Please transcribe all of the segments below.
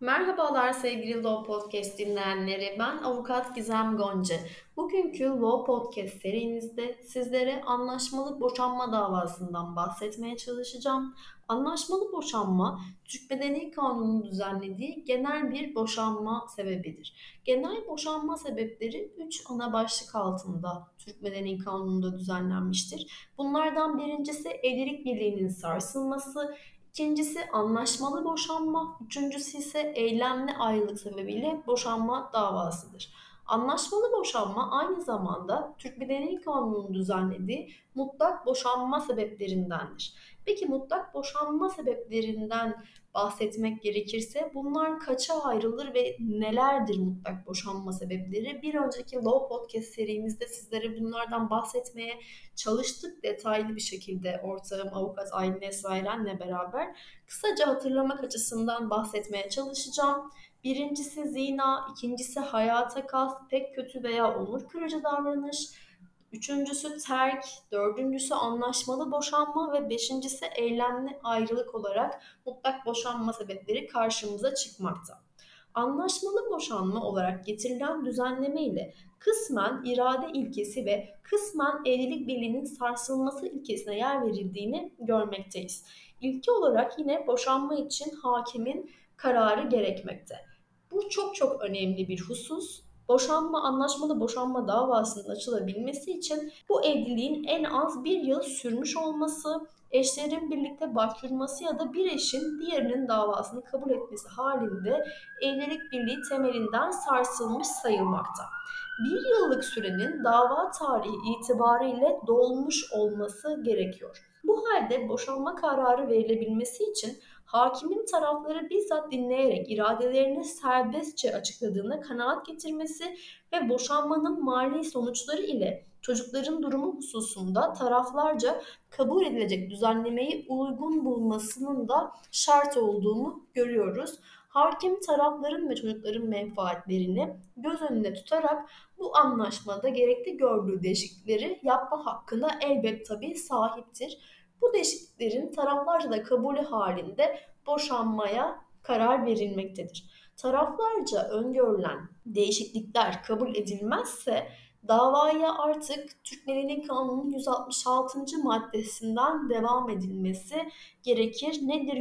Merhabalar sevgili Law Podcast dinleyenleri. Ben avukat Gizem Gonca. Bugünkü Law Podcast serimizde sizlere anlaşmalı boşanma davasından bahsetmeye çalışacağım. Anlaşmalı boşanma, Türk Medeni Kanunu'nun düzenlediği genel bir boşanma sebebidir. Genel boşanma sebepleri 3 ana başlık altında Türk Medeni Kanunu'nda düzenlenmiştir. Bunlardan birincisi evlilik birliğinin sarsılması, İkincisi anlaşmalı boşanma, üçüncüsü ise eylemli ayrılık sebebiyle boşanma davasıdır. Anlaşmalı boşanma aynı zamanda Türk Medeni Kanunu'nun düzenlediği mutlak boşanma sebeplerindendir. Peki mutlak boşanma sebeplerinden bahsetmek gerekirse bunlar kaça ayrılır ve nelerdir mutlak boşanma sebepleri? Bir önceki Law Podcast serimizde sizlere bunlardan bahsetmeye çalıştık detaylı bir şekilde ortağım avukat Aylin Esra İren'le beraber. Kısaca hatırlamak açısından bahsetmeye çalışacağım. Birincisi zina, ikincisi hayata kast, pek kötü veya onur kırıcı davranış, üçüncüsü terk, dördüncüsü anlaşmalı boşanma ve beşincisi eylemli ayrılık olarak mutlak boşanma sebepleri karşımıza çıkmakta. Anlaşmalı boşanma olarak getirilen düzenleme ile kısmen irade ilkesi ve kısmen evlilik birliğinin sarsılması ilkesine yer verildiğini görmekteyiz. İlki olarak yine boşanma için hakimin kararı gerekmekte. Bu çok önemli bir husus. Anlaşmalı boşanma davasının açılabilmesi için bu evliliğin en az bir yıl sürmüş olması, eşlerin birlikte başvurması ya da bir eşin diğerinin davasını kabul etmesi halinde evlilik birliği temelinden sarsılmış sayılmakta. Bir yıllık sürenin dava tarihi itibariyle dolmuş olması gerekiyor. Bu halde boşanma kararı verilebilmesi için hakimin tarafları bizzat dinleyerek iradelerini serbestçe açıkladığına kanaat getirmesi ve boşanmanın mali sonuçları ile çocukların durumu hususunda taraflarca kabul edilecek düzenlemeyi uygun bulmasının da şart olduğunu görüyoruz. Hakim tarafların ve çocukların menfaatlerini göz önünde tutarak bu anlaşmada gerekli gördüğü değişiklikleri yapma hakkına elbet tabii sahiptir. Bu değişikliklerin taraflarca da kabulü halinde boşanmaya karar verilmektedir. Taraflarca öngörülen değişiklikler kabul edilmezse davaya artık Türk Medeni Kanunu'nun 166. maddesinden devam edilmesi gerekir. Nedir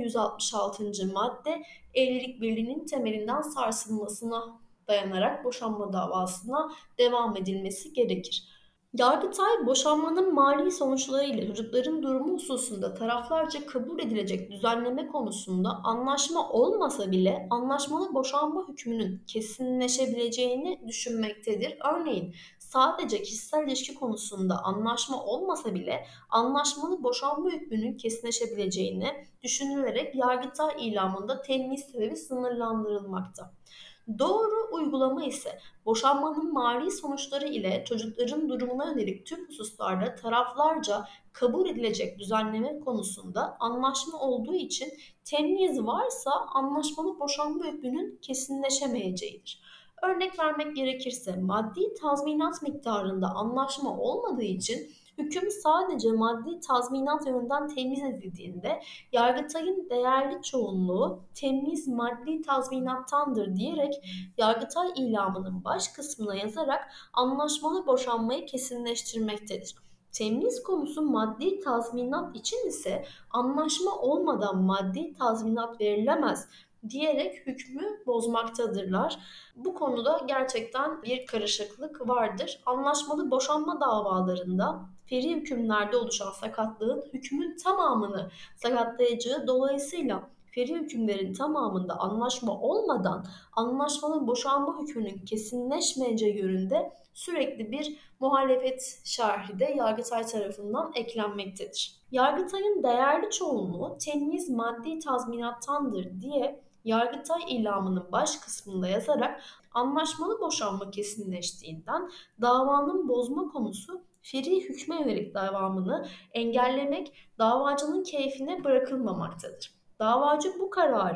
166. madde? Evlilik birliğinin temelinden sarsılmasına dayanarak boşanma davasına devam edilmesi gerekir. Yargıtay boşanmanın mali sonuçları ile çocukların durumu hususunda taraflarca kabul edilecek düzenleme konusunda anlaşma olmasa bile anlaşmalı boşanma hükmünün kesinleşebileceğini düşünmektedir. Örneğin sadece kişisel ilişki konusunda anlaşma olmasa bile anlaşmalı boşanma hükmünün kesinleşebileceğini düşünülerek Yargıtay ilamında temyiz sebebi sınırlandırılmakta. Doğru uygulama ise boşanmanın mali sonuçları ile çocukların durumuna yönelik tüm hususlarda taraflarca kabul edilecek düzenleme konusunda anlaşma olduğu için temyiz varsa anlaşmalı boşanma hükmünün kesinleşemeyeceğidir. Örnek vermek gerekirse maddi tazminat miktarında anlaşma olmadığı için hüküm sadece maddi tazminat yönünden temyiz edildiğinde Yargıtay'ın değerli çoğunluğu temyiz maddi tazminattandır diyerek Yargıtay ilamının baş kısmına yazarak anlaşmalı boşanmayı kesinleştirmektedir. Temyiz konusu maddi tazminat için ise anlaşma olmadan maddi tazminat verilemez diyerek hükmü bozmaktadırlar. Bu konuda gerçekten bir karışıklık vardır. Anlaşmalı boşanma davalarında feri hükümlerde oluşan sakatlığın hükmün tamamını sakatlayacağı dolayısıyla feri hükümlerin tamamında anlaşma olmadan anlaşmalı boşanma hükmünün kesinleşmeyeceği yönünde sürekli bir muhalefet şerhi de Yargıtay tarafından eklenmektedir. Yargıtay'ın değerli çoğunluğu temyiz maddi tazminattandır diye Yargıtay ilamının baş kısmında yazarak anlaşmalı boşanma kesinleştiğinden davanın bozma konusu feri hükme yönelik devamını engellemek davacının keyfine bırakılmamaktadır. Davacı bu kararı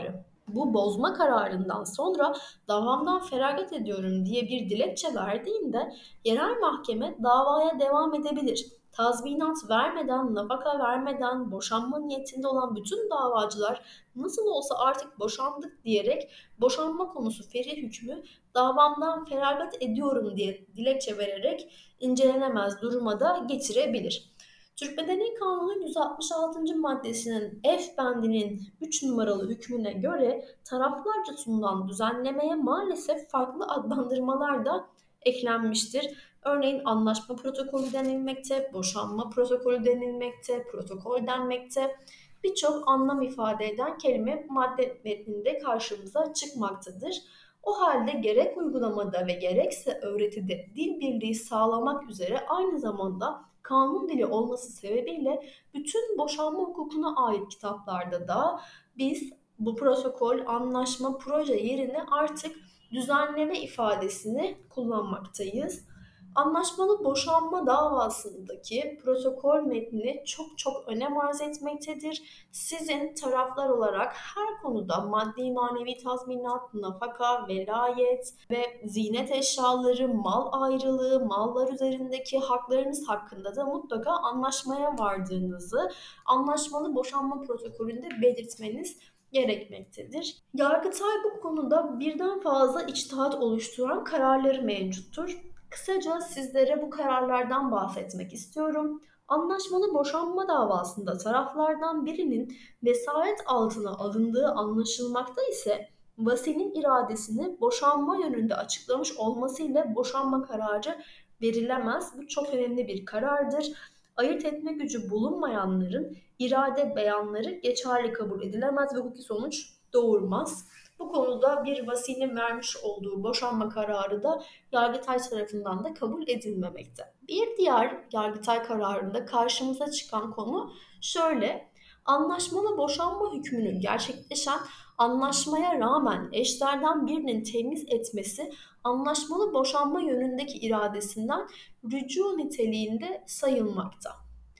Bu bozma kararından sonra davamdan feragat ediyorum diye bir dilekçe verdiğinde yerel mahkeme davaya devam edebilir. Tazminat vermeden, nafaka vermeden boşanma niyetinde olan bütün davacılar nasıl olsa artık boşandık diyerek boşanma konusu ferih hükmü davamdan feragat ediyorum diye dilekçe vererek incelenemez duruma da getirebilir. Türk Medeni Kanunu'nun 166. maddesinin F bendinin 3 numaralı hükmüne göre taraflarca sunulan düzenlemeye maalesef farklı adlandırmalar da eklenmiştir. Örneğin anlaşma protokolü denilmekte, boşanma protokolü denilmekte, protokol denmekte. Birçok anlam ifade eden kelime madde metninde karşımıza çıkmaktadır. O halde gerek uygulamada ve gerekse öğretide dil birliği sağlamak üzere aynı zamanda kanun dili olması sebebiyle bütün boşanma hukukuna ait kitaplarda da biz bu protokol, anlaşma, proje yerine artık düzenleme ifadesini kullanmaktayız. Anlaşmalı boşanma davasındaki protokol metni çok çok önem arz etmektedir. Sizin taraflar olarak her konuda maddi manevi tazminat, nafaka, velayet ve ziynet eşyaları, mal ayrılığı, mallar üzerindeki haklarınız hakkında da mutlaka anlaşmaya vardığınızı anlaşmalı boşanma protokolünde belirtmeniz gerekmektedir. Yargıtay bu konuda birden fazla içtihat oluşturan kararları mevcuttur. Kısaca sizlere bu kararlardan bahsetmek istiyorum. Anlaşmalı boşanma davasında taraflardan birinin vesayet altına alındığı anlaşılmakta ise vasinin iradesini boşanma yönünde açıklamış olmasıyla boşanma kararı verilemez. Bu çok önemli bir karardır. Ayırt etme gücü bulunmayanların irade beyanları geçerli kabul edilemez ve hukuki sonuç doğurmaz. Bu konuda bir vasinin vermiş olduğu boşanma kararı da Yargıtay tarafından da kabul edilmemekte. Bir diğer Yargıtay kararında karşımıza çıkan konu şöyle: anlaşmalı boşanma hükmünün gerçekleşen anlaşmaya rağmen eşlerden birinin temiz etmesi anlaşmalı boşanma yönündeki iradesinden rücu niteliğinde sayılmakta.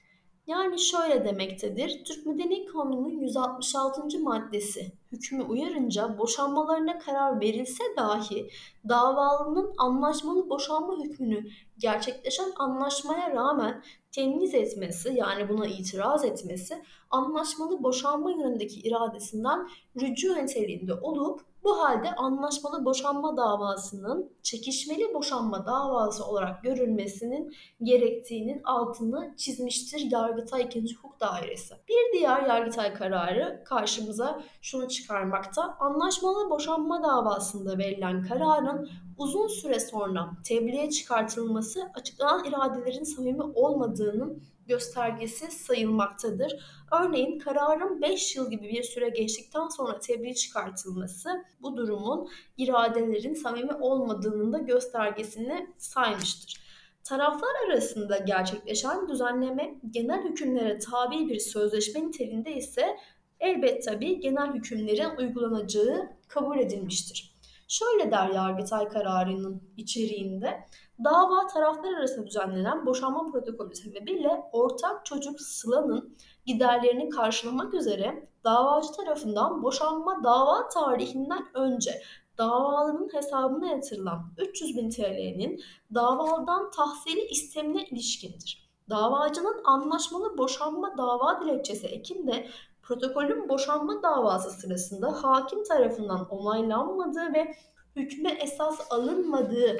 Yani şöyle demektedir. Türk Medeni Kanunu'nun 166. maddesi hükmü uyarınca boşanmalarına karar verilse dahi davalının anlaşmalı boşanma hükmünü gerçekleşen anlaşmaya rağmen temyiz etmesi, yani buna itiraz etmesi anlaşmalı boşanma yönündeki iradesinden rücu niteliğinde olup bu halde anlaşmalı boşanma davasının çekişmeli boşanma davası olarak görülmesinin gerektiğinin altını çizmiştir Yargıtay 2. Hukuk Dairesi. Bir diğer Yargıtay kararı karşımıza şunu çıkarmakta: anlaşmalı boşanma davasında verilen kararın uzun süre sonra tebliğe çıkartılması açıklanan iradelerin samimi olmadığının göstergesi sayılmaktadır. Örneğin kararın 5 yıl gibi bir süre geçtikten sonra tebliğ çıkartılması bu durumun iradelerin samimi olmadığının da göstergesini saymıştır. Taraflar arasında gerçekleşen düzenleme genel hükümlere tabi bir sözleşme niteliğinde ise elbette tabii genel hükümlerin uygulanacağı kabul edilmiştir. Şöyle der Yargıtay kararının içeriğinde: dava taraflar arasında düzenlenen boşanma protokolü sebebiyle ortak çocuk Sıla'nın giderlerini karşılamak üzere davacı tarafından boşanma dava tarihinden önce davalının hesabına yatırılan 300.000 TL'nin davadan tahsili istemine ilişkindir. Davacının anlaşmalı boşanma dava dilekçesi ekinde protokolün boşanma davası sırasında hakim tarafından onaylanmadığı ve hükme esas alınmadığı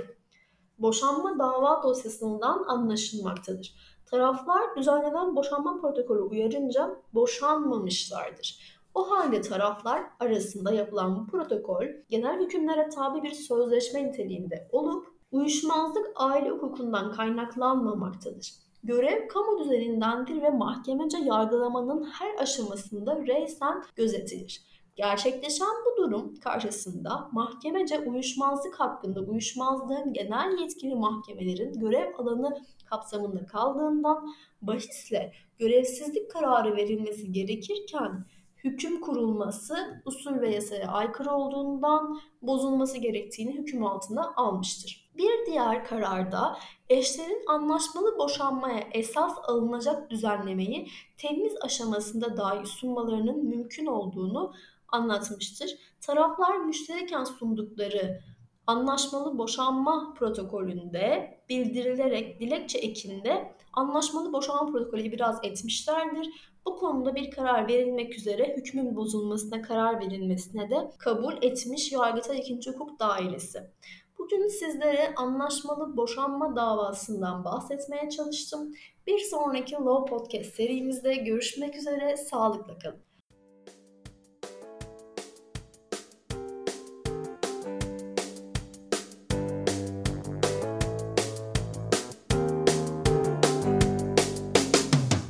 boşanma dava dosyasından anlaşılmaktadır. Taraflar düzenlenen boşanma protokolü uyarınca boşanmamışlardır. O halde taraflar arasında yapılan bu protokol genel hükümlere tabi bir sözleşme niteliğinde olup uyuşmazlık aile hukukundan kaynaklanmamaktadır. Görev kamu düzenindendir ve mahkemece yargılamanın her aşamasında reysen gözetilir. Gerçekleşen bu durum karşısında mahkemece uyuşmazlık hakkında uyuşmazlığın genel yetkili mahkemelerin görev alanı kapsamında kaldığından bahisle görevsizlik kararı verilmesi gerekirken hüküm kurulması usul ve yasaya aykırı olduğundan bozulması gerektiğini hüküm altına almıştır. Bir diğer kararda eşlerin anlaşmalı boşanmaya esas alınacak düzenlemeyi temiz aşamasında dahi sunmalarının mümkün olduğunu anlatmıştır. Taraflar müştereken sundukları anlaşmalı boşanma protokolünde bildirilerek dilekçe ekinde anlaşmalı boşanma protokolü biraz etmişlerdir. Bu konuda bir karar verilmek üzere hükmün bozulmasına karar verilmesine de kabul etmiş Yargıtay 2. Hukuk Dairesi. Bugün sizlere anlaşmalı boşanma davasından bahsetmeye çalıştım. Bir sonraki Law Podcast serimizde görüşmek üzere, sağlıkla kalın.